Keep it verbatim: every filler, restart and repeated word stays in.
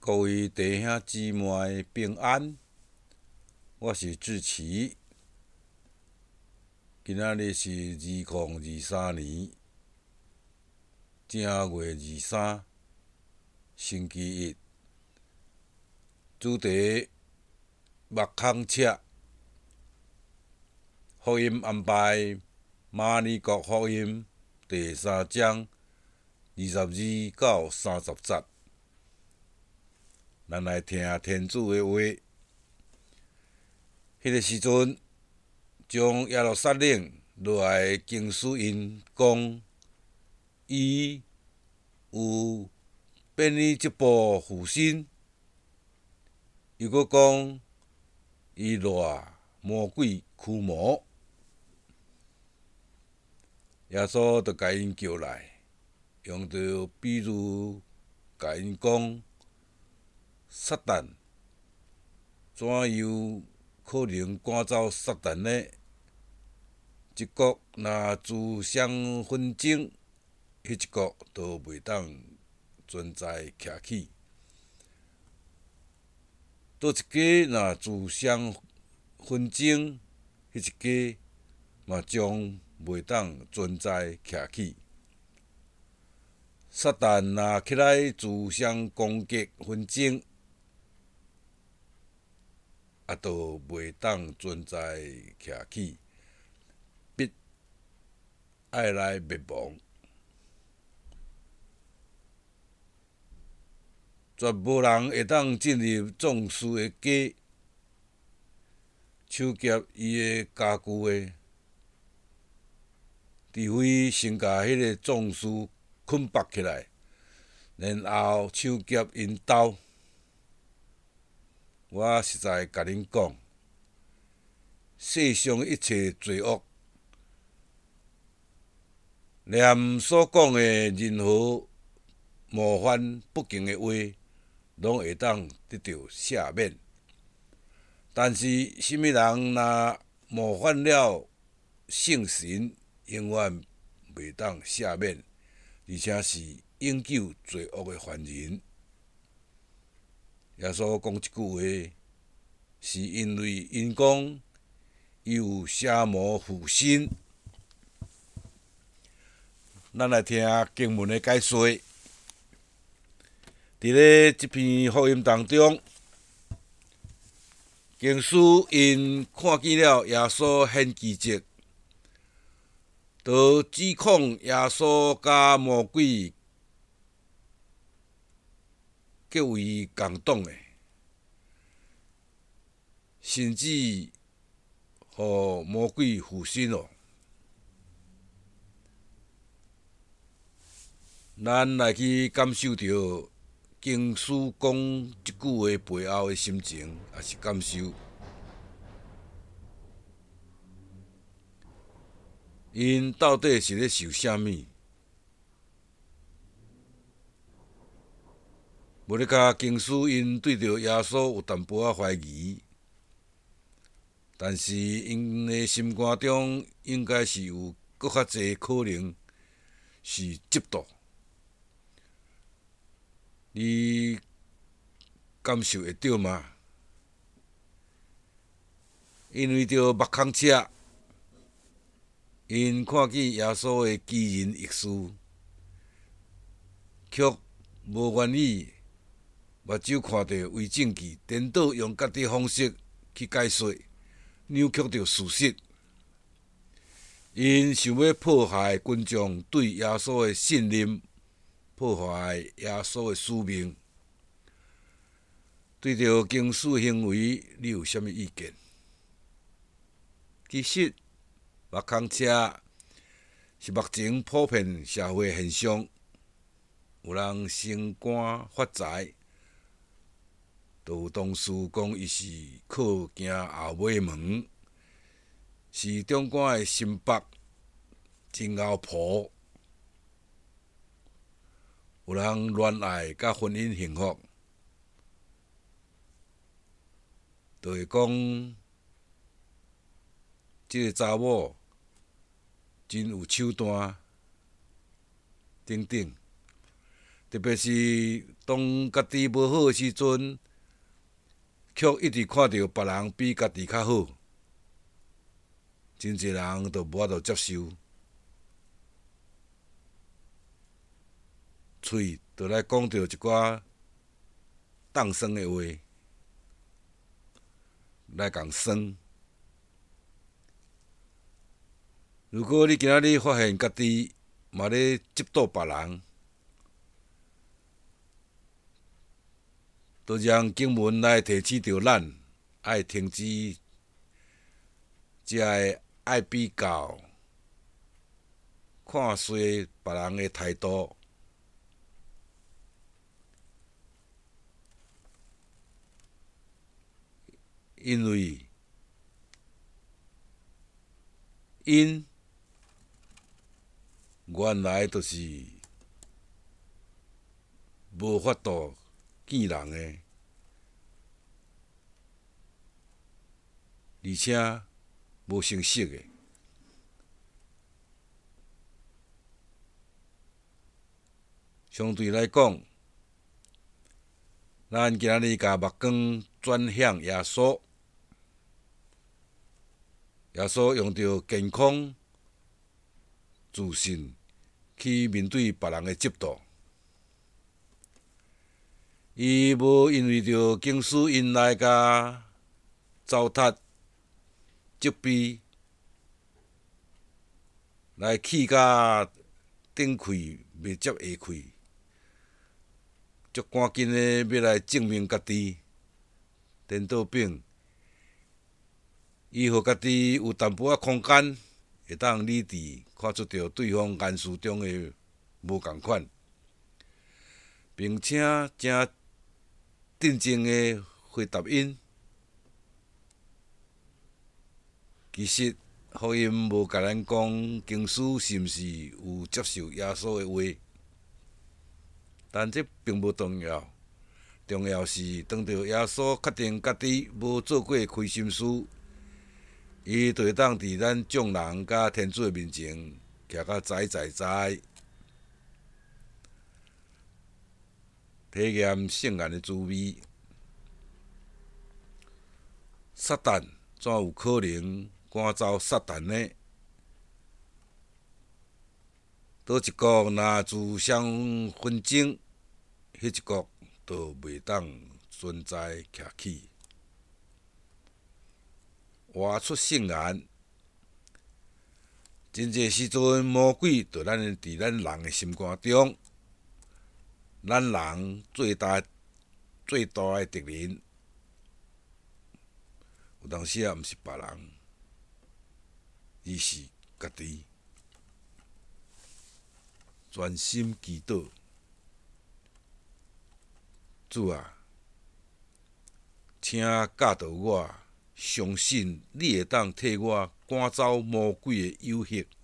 各位弟兄姊妹平安，我是志奇。今仔日是二零二三年正月二三，星期一。主题：目空车。福音安排：马尔谷福音第三章二十二到三十节。咱来听天主的话。迄个时阵，从耶路撒冷落来的经师因讲，伊有变伊一部附身，又搁讲伊热魔鬼驱魔。耶稣就甲因叫来，用着比喻甲因讲。撒旦怎样可能赶走撒旦呢？一国若自相纷争，迄一国都袂当存在徛起；倒一家若自相纷争，迄一家嘛将袂当存在徛起。撒旦若起来自相攻击纷争，也都袂当存在徛起，必爱来灭亡。绝无人会当进入壮士的家，抢劫伊的家具的，除非先甲迄个壮士捆绑起来，然后抢劫因兜。我实在甲恁讲，世上一切罪恶，连所讲的任何冒犯不敬的话，拢会当得到赦免。但是，什么人若冒犯了圣神，永远袂当赦免，而且是永久罪恶的犯人。耶稣讲即句话，是因为因讲伊有邪魔附身。咱来听经文的解说。伫咧即篇福音当中，经师因看见了耶稣显奇迹，就指控耶稣甲魔鬼结为共党的，甚至互魔鬼附身哦。咱来去感受着经师讲即句话背后的心情，也是感受。因到底是咧受啥物？无咧甲经师因对着耶稣有淡薄仔怀疑，但是因的心肝中应该是有搁较济可能是嫉妒。你感受会到吗？因为着目空车，因看见耶稣的奇人异事，却无愿意目睭看到伪证据，颠倒用家己方式去解说，扭曲着事实。因想要破坏群众对耶稣的信任，破坏耶稣的使命。对着经师行为，你有啥物意见？其实，目空车是目前普遍社会现象。有人升官发财，就有同事讲伊是靠行后尾门，是中间的新北真后婆。有人恋爱甲婚姻幸福，就会讲即个查某真有手段，等等。 特别是当家己无好诶时阵，却一直看到别人比家己较好，真侪人就无法度接受，喙就来讲着一寡当酸诶话，来共酸。如果你今仔日发现家己嘛咧嫉妒别人，就让经文来提醒着咱，爱停止这个爱比较、看衰别人的态度。因为因原来就是无法度见人的，而且无成熟的。相对来讲，咱今仔日甲目光转向耶稣，耶稣用着健康、自信去面对别人的嫉妒。伊无因为着经书因来甲糟蹋、责备，来气甲顶开袂接下开，足赶紧的要来证明家己。颠倒反，伊互家己有淡薄仔空间，会当理智看出着对方言辞中的无共款，并且正镇静的回答因。其实福音无甲咱讲经书是毋是有接受耶稣的话，但这并无重要。重要是当着耶稣确定家己无做过亏心事，伊就会当伫咱众人甲天主的面前徛甲在在在，体验圣言的滋味。撒旦怎有可能赶走撒旦呢？倒一国若自相纷争，迄一国就袂当存在徛起。活出圣言，真侪时阵魔鬼就咱伫咱人的心肝中，咱人最大最大的敌人，有当时啊，毋是别人，而是家己。专心祈祷，主啊，请教导我，相信你会当替我赶走魔鬼的诱惑。